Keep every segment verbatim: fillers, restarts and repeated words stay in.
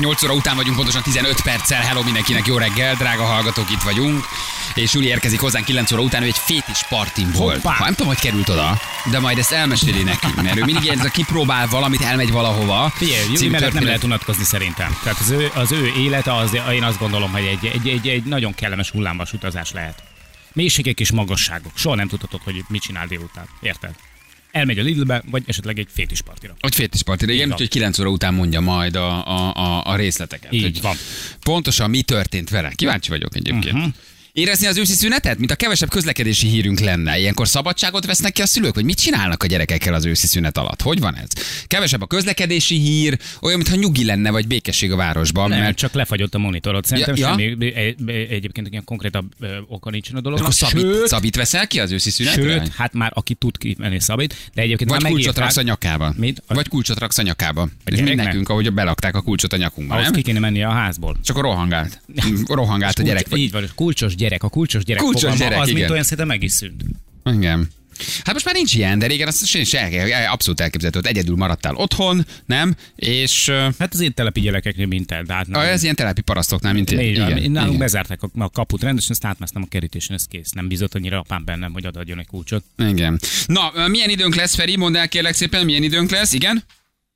nyolc óra után vagyunk, pontosan tizenöt perccel. Hello mindenkinek, jó reggel, drága hallgatók, itt vagyunk. És Júli érkezik hozzánk kilenc óra után, ő egy fétis partin volt. Ha, nem tudom, hogy került oda, de majd ezt elmeséli nekünk, mert ő mindig ez a kipróbál valamit, elmegy valahova. Figyelj, Júli mellett nem lehet unatkozni szerintem. Tehát az ő, az ő élete, az, én azt gondolom, hogy egy, egy, egy, egy nagyon kellemes hullámvas utazás lehet. Mélységek és magasságok. Soha nem tudhatod, hogy mit csinál délután. Érted? Elmegy a Lidlbe, vagy esetleg egy fétispartira. Egy fétispartira, igen, úgyhogy kilenc óra után mondja majd a, a, a, a részleteket. Így hogy van. Pontosan mi történt vele. Kíváncsi vagyok egyébként. Uh-huh. Érezni az őszi szünetet, mint a kevesebb közlekedési hírünk lenne. Ilyenkor szabadságot vesznek ki a szülők, vagy mit csinálnak a gyerekekkel az őszi szünet alatt? Hogy van ez? Kevesebb a közlekedési hír, olyan, mintha nyugi lenne, vagy békesség a városban. Nem, mert... csak lefagyott a monitorod. Szerintem ja, semmi, ja? egyébként ilyen konkrétabb oka nincsen a dolognak. Akkor szabít, sőt, szabít veszel ki az őszi szünetre? Sőt, hát már aki tud kimenni szabít, de egyébként vagy már kulcsot raksz a nyakába. Mit? Vagy kulcsot raksz a nyakába. És mind nekünk, ahogy belakták a kulcsot a nyakunkba, ahhoz nem? ki kéne menni a házból. Csak a rohangált. Rohangált a gyerek. Így van, kulcsos gyerek, a kulcsos gyerek. Kulcsos fogalma, gyerek, az, igen. mint olyan szerintem meg is szűnt. Igen. Hát most már nincs ilyen, de régen azt is abszolút elképzelhető, hogy egyedül maradtál otthon, nem? És... Hát az én telepi gyerekeknél mint el, de hát nem. Ez ilyen telepi parasztoknál, mint én. Igen, igen, nálunk igen. bezárták a kaput rendesen, ezt átmásztam a kerítésen, ez kész. Nem bízott annyira apám bennem, hogy adjon egy kulcsot. Igen. Na, milyen időnk lesz, Feri? Mondd el kérlek szépen, milyen időnk lesz, igen?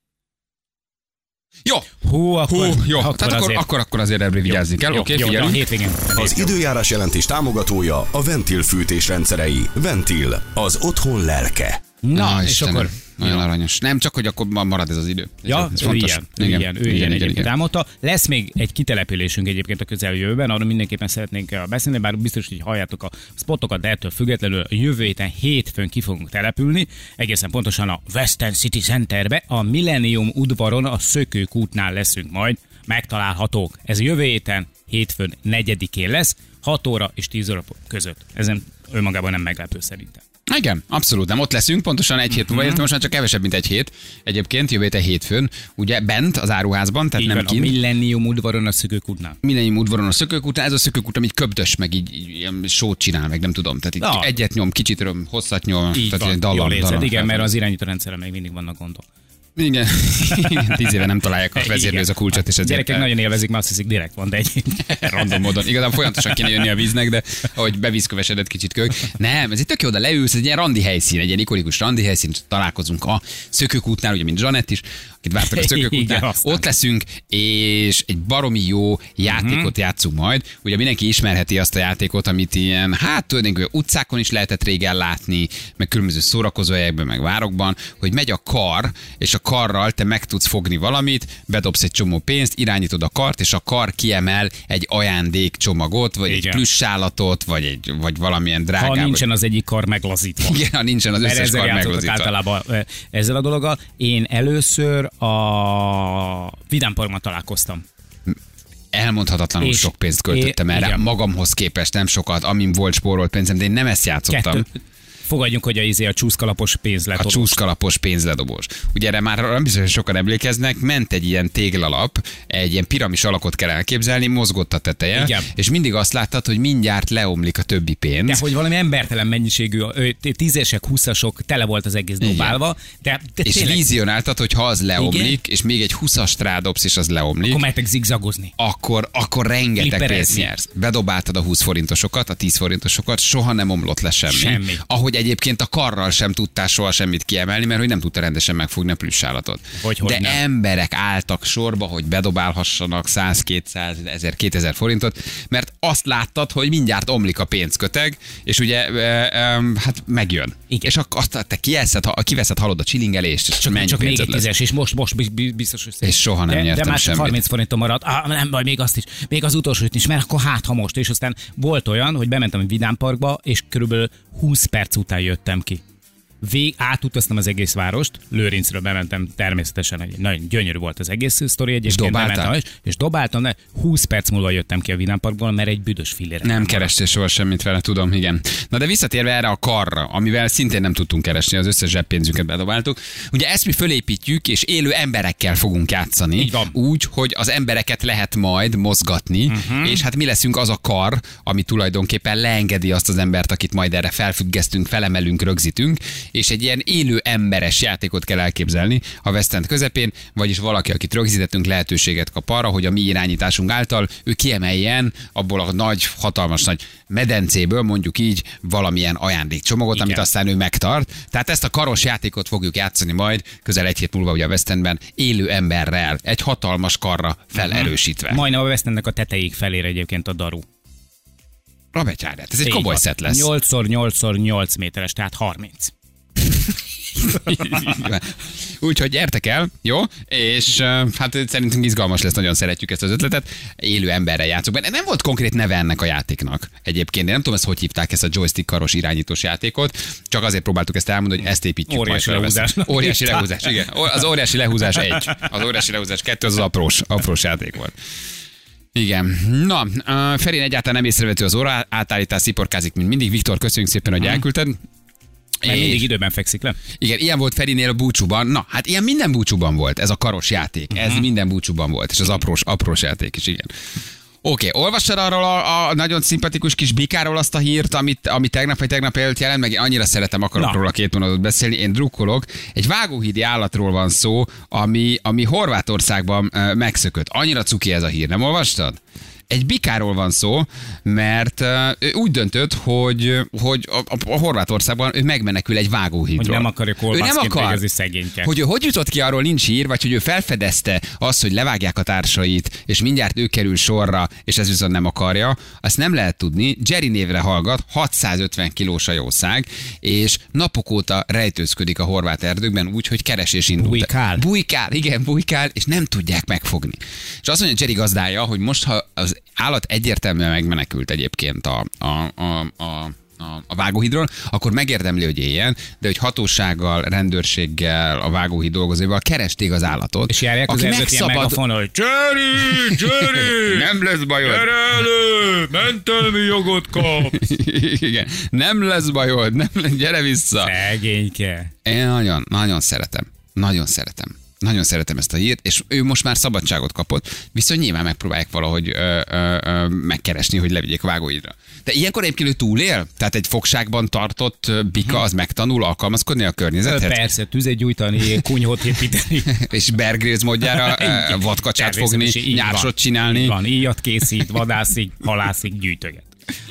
Jó. Hú, akkor, Hú, jó. akkor, Tehát akkor, azért. akkor, akkor azért ebből vigyázni kell. Oké, okay, figyelünk. Hétvégén. Az időjárás jelentés támogatója a Ventil fűtés rendszerei. Ventil, az otthon lelke. Na, Na és Istenem, akkor... Nagyon ja. aranyos. Nem csak, hogy akkor marad ez az idő. Ez Ja, ez ő fontos. ilyen, ő Igen. ilyen, ő igen, ilyen igen, egyébként igen. elmondta. Lesz még egy kitelepülésünk egyébként a közeljövőben, arról mindenképpen szeretnénk beszélni, bár biztos, hogy halljátok a spotokat, de ettől függetlenül a jövő héten hétfőn ki fogunk települni, egészen pontosan a Western City Centerbe, a Millennium udvaron, a Szökőkútnál leszünk majd, megtalálhatók. Ez jövő héten, hétfőn negyedikén lesz, hat óra és tíz óra között. Ezen önmagában nem meglepő szerintem. Igen, abszolút nem. Ott leszünk, pontosan egy hét múlva, mm-hmm. most már csak kevesebb, mint egy hét. Egyébként jövő héten hétfőn, ugye bent az áruházban, tehát így nem van, kint. A Millennium udvaron a Szökőkútnál. Millennium udvaron a Szökőkútnál, ez a Szökőkút, amit köbdös, meg így, így ilyen sót csinál, meg nem tudom. Tehát így Na. egyet nyom, kicsit öröm, hosszat nyom. Így tehát van, dallam, jól érzed, dallam, igen, mert fel. az irányító rendszerre még mindig vannak gondok. Igen. Tíz éve nem találják a vezérlőz a kulcsot, és ezért... Gyerekek nagyon élvezik, mert azt hiszik direkt van, de egy... Random módon. Igazán folyamatosan kéne jönni a víznek, de ahogy bevízkövesedett kicsit kölyök. Nem, ez itt tök jó, de leülsz, ez egy ilyen randi helyszín, egy ilyen ikonikus randi helyszín, találkozunk a Szökőkútnál, ugye, mint Zsanett is, akit vártak a Szökőkútnál. Igen, ott leszünk, és egy baromi jó játékot uh-huh. játszunk majd. Ugye mindenki ismerheti azt a játékot, amit ilyen, hát tulajdonképpen utcákon is lehetett régen látni, meg különböző szórakozó helyekben, meg várokban, hogy megy a kar, és a karral te meg tudsz fogni valamit, bedobsz egy csomó pénzt, irányítod a kart, és a kar kiemel egy ajándékcsomagot, vagy igen. egy plüssállatot, vagy, egy, vagy valamilyen drágább. Ha nincsen az egyik kar meglazítva. Igen, ha nincsen az összes kar meglazítva. Általában ezzel a dologgal. Én először a Vidámparkban találkoztam. Elmondhatatlanul és sok pénzt költöttem é, erre, igen. magamhoz képest nem sokat, amin volt spórolt pénzem, de én nem ezt játszottam. Kettő. Fogadjunk, hogy a, izé a csúszkalapos pénzledobós. A csúszkalapos pénzledobós. Ugye erre már nem biztos, hogy sokan emlékeznek, ment egy ilyen téglalap, egy ilyen piramis alakot kell elképzelni, mozgott a teteje, igen. és mindig azt láttad, hogy mindjárt leomlik a többi pénz. De hogy valami embertelen mennyiségű, tízesek, húszasok, tele volt az egész dobálva. De, de és tényleg... vízionáltad, hogy ha az leomlik, igen? és még egy húszast rádobsz, és az leomlik. Akkor mehetek zigzagozni. Akkor, akkor rengeteg Flipperezni. pénzt nyersz. Bedobáltad a húsz forintosokat, a tíz forintosokat, soha nem omlott le semmi. Semmi. Ahogy egyébként a karral sem tudtál soha semmit kiemelni, mert hogy nem tudta rendesen megfogni a plüssállatot. Hogy, hogy De nem. emberek álltak sorba, hogy bedobálhassanak száz, kétszáz, ezer, kétezer forintot, mert azt láttad, hogy mindjárt omlik a pénzköteg, és ugye e, e, hát megjön. Igen. És akkor azt te kieszed, ha, kiveszed, hallod a csilingelést, és csak, mennyi csak még egy pénzed lesz. tízes, és most, most biztos, hogy És soha nem de, nyertem de már semmit. harminc forintom maradt, ah, nem baj, még azt is, még az utolsót is, mert akkor hát ha most. És aztán volt olyan, hogy bementem a Vidámparkba, és körülbelül húsz perc után jöttem ki. Vég, átutaztam az egész várost, Lőrincről bementem, természetesen egy nagyon gyönyörű volt az egész sztori egyébként. És dobáltál? És, és dobáltam, de húsz perc múlva jöttem ki a Vidámparkból, mert egy büdös fillére. Nem kerestél soha semmit vele, tudom, igen. Na de visszatérve erre a karra, amivel szintén nem tudtunk keresni, az összes zseppénzünket bedobáltuk. Ugye ezt mi fölépítjük, és élő emberekkel fogunk játszani. Úgy, hogy az embereket lehet majd mozgatni, uh-huh. és hát mi leszünk az a kar, ami tulajdonképpen leengedi azt az embert, akit majd erre felfüggesztünk, felemelünk, rögzítünk, és egy ilyen élő emberes játékot kell elképzelni a West End közepén, vagyis valaki, akit rögzítettünk, lehetőséget kap arra, hogy a mi irányításunk által ő kiemeljen abból a nagy, hatalmas nagy medencéből, mondjuk így, valamilyen ajándékcsomagot, Igen. amit aztán ő megtart. Tehát ezt a karos játékot fogjuk játszani majd közel egy hét múlva ugye a West Endben élő emberrel, egy hatalmas karra felerősítve. Majdnem a West Endnek a tetejéig felér egyébként a daru. Rabetyárát, ez egy komoly szett lesz. nyolc szor nyolc szor nyolc méteres, tehát harminc. Úgyhogy gyertek el, jó? És uh, hát szerintünk izgalmas lesz, nagyon szeretjük ezt az ötletet. Élő emberrel játszunk benne. Nem volt konkrét neve ennek a játéknak egyébként. Én nem tudom, ezt hogy hívták, ezt a joystick karos irányítós játékot. Csak azért próbáltuk ezt elmondani, hogy ezt építjük. Óriási majd lehúzás. Óriási lehúzás, igen. Az óriási lehúzás egy. Az óriási lehúzás kettő, az az aprós, aprós játék volt. Igen. Na, uh, Ferin egyáltalán nem észrevető az óra átállítás, sziporkázik, mint mindig. Viktor, köszönjük szépen, hogy elküldted. Mert mindig időben fekszik le. Igen, ilyen volt Ferinél a búcsúban. Na, hát ilyen minden búcsúban volt, ez a karos játék. Ez uh-huh. minden búcsúban volt, és az aprós, aprós játék is, igen. Oké, okay, olvassad arról a, a nagyon szimpatikus kis bikáról azt a hírt, amit, amit tegnap vagy tegnap előtt jelent, meg én annyira szeretem, akarok Na. róla két mondatot beszélni, én drukkolok. Egy vágóhídi állatról van szó, ami, ami Horvátországban uh, megszökött. Annyira cuki ez a hír, nem olvastad? Egy bikáról van szó, mert uh, ő úgy döntött, hogy, hogy a, a, a Horvátországban ő megmenekül egy vágóhídról. Hogy nem akarja kolbászként akar, végezni szegényke. Hogy ő hogy jutott ki, arról nincs hír, vagy hogy ő felfedezte azt, hogy levágják a társait, és mindjárt ő kerül sorra, és ez viszont nem akarja. Azt nem lehet tudni. Jerry névre hallgat, hatszázötven kilós a jószág, és napok óta rejtőzködik a horvát erdőkben úgy, hogy keresés indult. Bujkál. Bujkál, igen, bujkál, és nem tudják megfogni. És azt mondja Jerry gazdája, hogy most, ha az állat egyértelműen megmenekült egyébként a, a, a, a a, a vágóhídról, akkor megérdemli, hogy éljen, de hogy hatósággal, rendőrséggel, a vágóhíd dolgozóival keresték az állatot. És járják az erdőt ilyen megafon, hogy Jerry, Jerry, nem lesz bajod. Gyere elő, mentelmi jogot kap. Igen, nem lesz bajod, nem, gyere vissza. Szegényke. Én nagyon, nagyon szeretem. Nagyon szeretem. Nagyon szeretem ezt a hírt, és ő most már szabadságot kapott, viszont nyilván megpróbálják valahogy ö, ö, ö, megkeresni, hogy levigyék vágóhídra. De ilyenkor egyébként ő túlél? Tehát egy fogságban tartott bika az megtanul alkalmazkodni a környezethez? Persze, tüzet gyújtani, kunyhót építeni. És Bear Grylls módjára vadkacsát fogni, nyársot csinálni. Van, íjat készít, vadászik, halászik, gyűjtöget.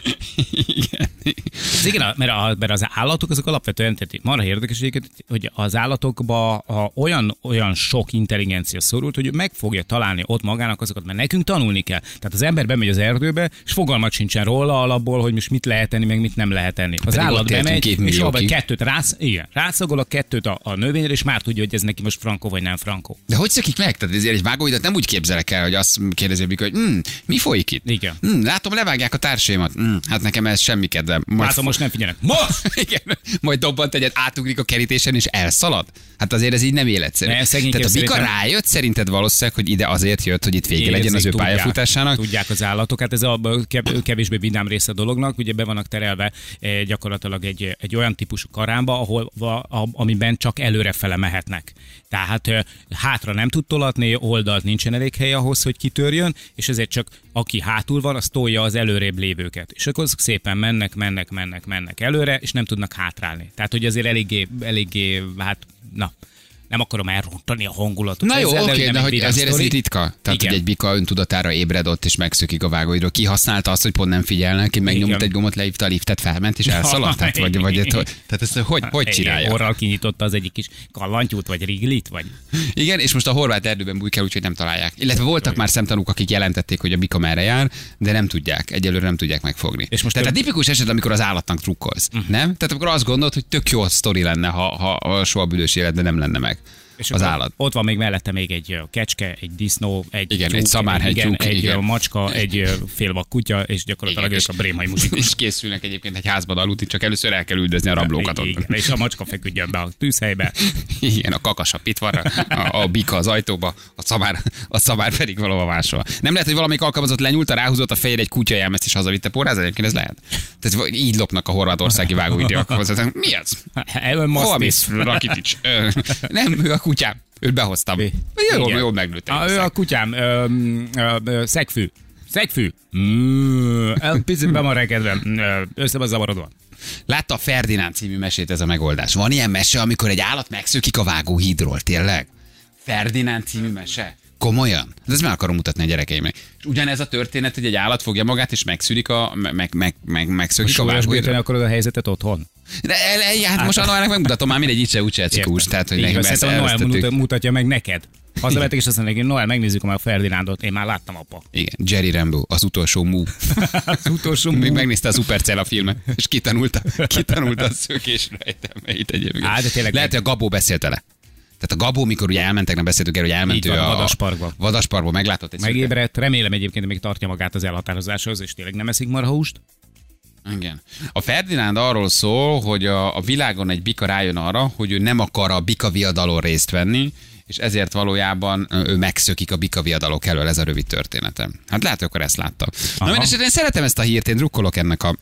Igen. Igen, mert, a, mert az állatok azok alapvetően, tehát marha érdekes, hogy az állatokban olyan, olyan sok intelligencia szorult, hogy ő meg fogja találni ott magának azokat, mert nekünk tanulni kell. Tehát az ember bemegy az erdőbe, és fogalmat sincsen róla alapból, hogy most mit lehet tenni, meg mit nem lehet tenni. Az Pedig állat bemegy, és abban kettőt rász, igen, rászagol a kettőt a, a növényre, és már tudja, hogy ez neki most frankó vagy nem frankó. De hogy szökik meg? Tehát ezért egy vágóhidat nem úgy képzelek el, hogy azt kérdezik, hogy hm, mi folyik itt? Igen. Hm, látom, levágják a társaimat. Hm, hát nekem ez semmi kedvem. Majd látom, most nem figyelnek. Most! Igen, majd dobbant egyet, átugrik a kerítésen és elszalad. Hát azért ez így nem életszerű. Ne, Tehát a bika szerintem... rájött szerinted valószínűleg, hogy ide azért jött, hogy itt vége Érzik, legyen az ő tudják, pályafutásának. Tudják az állatok, hát ez a kevésbé vidám része a dolognak, ugye be vannak terelve gyakorlatilag egy, egy olyan típusú karámba, ahol, amiben csak előrefele mehetnek. Tehát hátra nem tud tolatni, oldalt nincsen elég hely ahhoz, hogy kitörjön, és ezért csak aki hátul van, az tolja az előrébb lévőket. És akkor azok szépen mennek, mennek, mennek, mennek előre, és nem tudnak hátrálni. Tehát, hogy azért eléggé, eléggé hát, na, nem akarom elrontani a hangulatot. Na jó, ezzel, oké, de, de hogy azért ez így ritka. Tehát, igen. hogy egy bika öntudatára ébred ott, és megszökik a vágóidról. Ki használta azt, hogy pont nem figyelnek, ki megnyomott egy gombot, leívta a liftet, felment, és elszaladt? Tehát, vagy, vagy, tehát ezt hogy, hogy csinálja? Orral kinyitotta az egyik kis kallantyút, vagy riglit, vagy... Igen, és most a horvát erdőben bujkál, úgyhogy nem találják. Illetve voltak már szemtanúk, akik jelentették, hogy a bika merre jár, de nem tudják. Egyelőre nem tudják megfogni. És most tehát több... a tipikus eset, amikor az állatnak trukkolsz, uh-huh. nem? Tehát akkor azt gondolod, hogy tök jó sztori lenne, ha, ha soha büdös életben nem lenne meg. És az állat. Ott van még mellette még egy kecske, egy disznó, egy igen, tyúk, egy szamár, igen, tyúk, egy igen. macska, egy félvak kutya, és gyakorlatilag ők a brémai muzsikus. És készülnek egyébként egy házban aludni, csak először el kell üldözni a rablókat. Igen, és a macska feküdjön be a tűzhelybe. Igen, a kakas a pitvarra, a, a bika az ajtóba, a szamár, a szamár pedig valahol máshol. Nem lehet, hogy valamelyik alkalmazott lenyúlta, ráhúzott a fejére egy kutya jelmezt, és hazavitte porráz, egyébként ez lehet. Tehát így lopnak a horvátországi vágóidő alkalmazottak. Mi ez? Hol mész, Rakitics? Nem, ő a kutyám. Őt behoztam. Jól, jól megnőttem. Ő a kutyám. Ö, ö, ö, szegfű. Szegfű. Mm, picit be van rekedve. Össze van zavarodva. Látta a Ferdinánd című mesét, ez a megoldás. Van ilyen mese, amikor egy állat megszökik a vágóhídról, tényleg? Ferdinánd című mese? Komolyan? De ezt meg akarom mutatni a gyerekeimnek. És ugyanez a történet, hogy egy állat fogja magát, és megszűnik a, meg, meg, meg, megszökik a vágóhídról. Akarod a helyzetet otthon? De hát most a Noelnek megmutatom, már mindegy, itt se úgy se etszik úgy. Tehát, hogy nekem ezt elvesztettük. Mutatja meg neked. Hazavettek, és azt mondják, hogy Noel, megnézzük a Ferdinándot, én már láttam, apa. Igen, Jerry Rambo, az utolsó mú. az utolsó mú. Még megnézte a Supercell a filmet, és kitanulta, kitanulta a szökés rejtelmeit egyébként. Á, de tényleg lehet, hogy a Gabó beszélt vele. Tehát a Gabó, mikor ugye elmentek, nem beszéltük erről, hogy elment ő a vadasparkba. Vadasparkba, meglátott egy megébredt, remélem egyébként, még tartja magát az elhatározáshoz, és tényleg nem eszik marhahúst. Igen. A Ferdinánd arról szól, hogy a, a világon egy bika rájön arra, hogy ő nem akar a bika viadalon részt venni, és ezért valójában ő megszökik a bika viadalok elől, ez a rövid történetem. Hát lehet, hogy akkor ezt látta. Aha. Na, és én szeretem ezt a hírt, én drukkolok ennek a...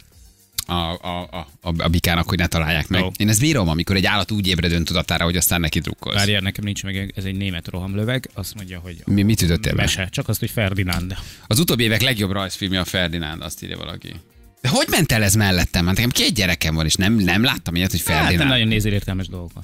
A, a, a, a bikának, hogy ne találják meg. Oh. Én ezt bírom, amikor egy állat úgy ébredőn tudatára, hogy aztán neki drukkolsz. Várjál, nekem nincs meg, ez egy német rohamlöveg, azt mondja, hogy... Mi, mit ütöttél be? Mese, csak azt, hogy Ferdinánd. Az utóbbi évek legjobb rajzfilmje a Ferdinánd, azt írja valaki. De hogy ment el ez mellettem? Hát nekem két gyerekem van, és nem, nem láttam ilyet, hogy Ferdinánd. Hát nem nagyon nézél értelmes dolgokat.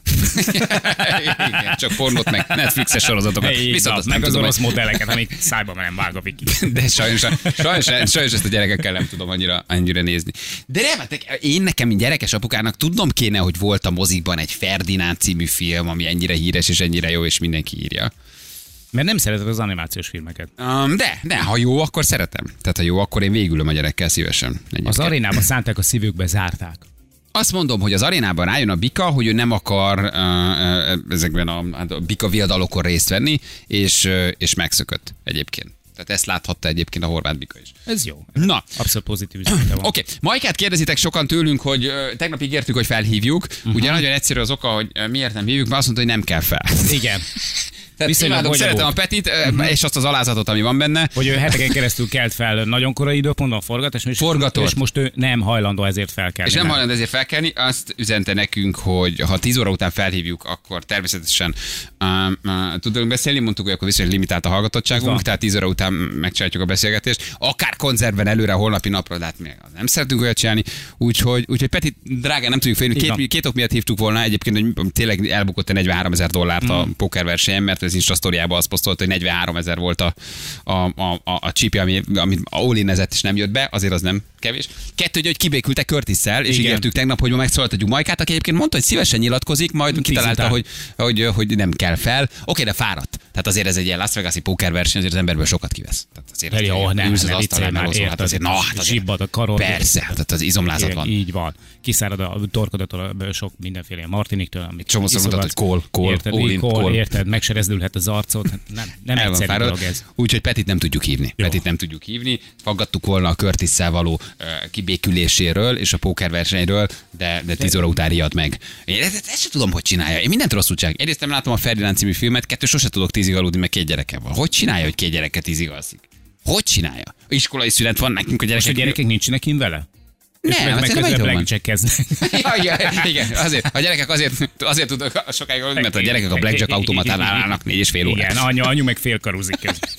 Igen, csak pornót, meg Netflixes sorozatokat. Hey, Viszont azt meg az orosz modelleket, amik szájba nem vág a viki. De sajnos, sajnos, sajnos ezt a gyerekekkel nem tudom annyira, annyira nézni. De nem, hát én nekem, mint gyerekes apukának tudnom kéne, hogy volt a mozikban egy Ferdinánd című film, ami ennyire híres és ennyire jó, és mindenki írja. Mert nem szereted az animációs filmeket. Um, de, de, ha jó, akkor szeretem. Tehát ha jó, akkor én végülöm a gyerekkel szívesen. Egyébként. Az arénába szánták, a szívükbe zárták. Azt mondom, hogy az arénában rájön a bika, hogy ő nem akar uh, uh, ezekben a, a bika viadalokon részt venni, és, uh, és megszökött egyébként. Tehát ezt láthatta egyébként a horvát bika is. Ez jó. Na. Abszolút pozitív üzenete van. Oké, okay. Majkát kérdezitek sokan tőlünk, hogy uh, tegnap ígértük, hogy felhívjuk. Uh-huh. Ugye nagyon egyszerű az oka, hogy uh, miért nem hívjuk, mert azt mondta, hogy nem kell fel. Igen. Tehát imádom, szeretem a Petit, uh-huh. és azt az alázatot, ami van benne. Hogy ő heteken keresztül kelt fel nagyon korai időpontban forgatás, és, és most ő nem hajlandó ezért felkelni. És nem, nem hajlandó ezért felkelni, azt üzente nekünk, hogy ha tíz óra után felhívjuk, akkor természetesen uh, uh, tudunk beszélni, mondtuk, hogy akkor viszonylag limitált a hallgatottságunk, van. Tehát tíz óra után megcsináljuk a beszélgetést, akár konzervben előre, holnapi napra, de hát még nem szeretünk olyat csinálni, úgyhogy, úgyhogy Petit, drágán, nem tudjuk félni, két, két ok miatt hívtuk volna, egyébként, hogy tényleg elbukott negyvenhárom ezer dollárt a mm. pókerversenyen, mert az Insta sztoriában azt posztolt, hogy negyvenhárom ezer volt a, a, a, a, a csípje, ami, amit all-inezett és nem jött be, azért az nem kevés. Kettő, hogy kibékültek Curtisszel, és ígértük tegnap, hogy ma megszólaltatjuk Majkát, aki egyébként mondta, hogy szívesen nyilatkozik, majd kitalálta, hogy, hogy, hogy nem kell fel. Oké, de fáradt. Tehát azért ez egy ilyen Las Vegas-i pókerverseny, azért az emberből sokat kivesz. Tehát azért Heli, oh, nem, ülsz az asztalán, meghozol, hát azért, na, hát azért, zsibbad a karod. Persze, tehát az izomlázat van. Így van. Kiszárad a torkodatól sok mindenféle martiniktől, amit csomószor mondtad, hogy kól, kól, érted, all-in, kól, kól. Érted, megserezdülhet az arcod. Nem, nem egyszerű dolog ez. Úgyhogy Petit nem tudjuk hívni. Jó. Petit nem tudjuk hívni. Faggattuk volna a Curtisszel való uh, kibéküléséről és a pókerversenyről, de, de tíz óra után riad meg. Én ezt, ezt sem tudom, hogy csinálja. Én mindent rosszul csinálok. Egyrészt nem látom a Ferdinánd című filmet, kettő sose tudok tízig aludni, meg két gyerekem van. Hogy csinálja, hogy két gyereket tízig alszik? Hogy csinálja? Iskolai szünet van nekünk a gyerekek. Most a gyerekek nincsenek kint vele? Nem, meg közben blackjack-keznek. Ja, igen, igen, azért, a gyerekek azért, azért tudnak sokáig aludni, mert a gyerekek a blackjack automatánál állnak négy és fél órát. Igen, anyu, anyu meg félkaruzik közben.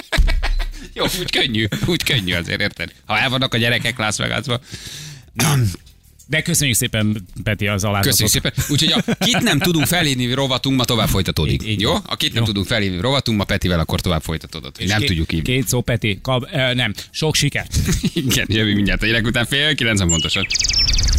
Jó, úgy könnyű, úgy könnyű azért, érted? Ha el vannak a gyerekek Las Vegasba. De köszönjük szépen, Peti, az alázatot. Köszönjük szépen. Úgyhogy a kit nem tudunk felhívni rovatunk, ma tovább folytatódik. Így, így jó? A kit nem jó. tudunk felhívni rovatunk, ma Petivel akkor tovább folytatódott. Nem két, tudjuk hívni. Két szó, Peti. Kab, eh, nem, sok sikert. Igen, jövő mindjárt a gyerek után fél, kilencven pontosan.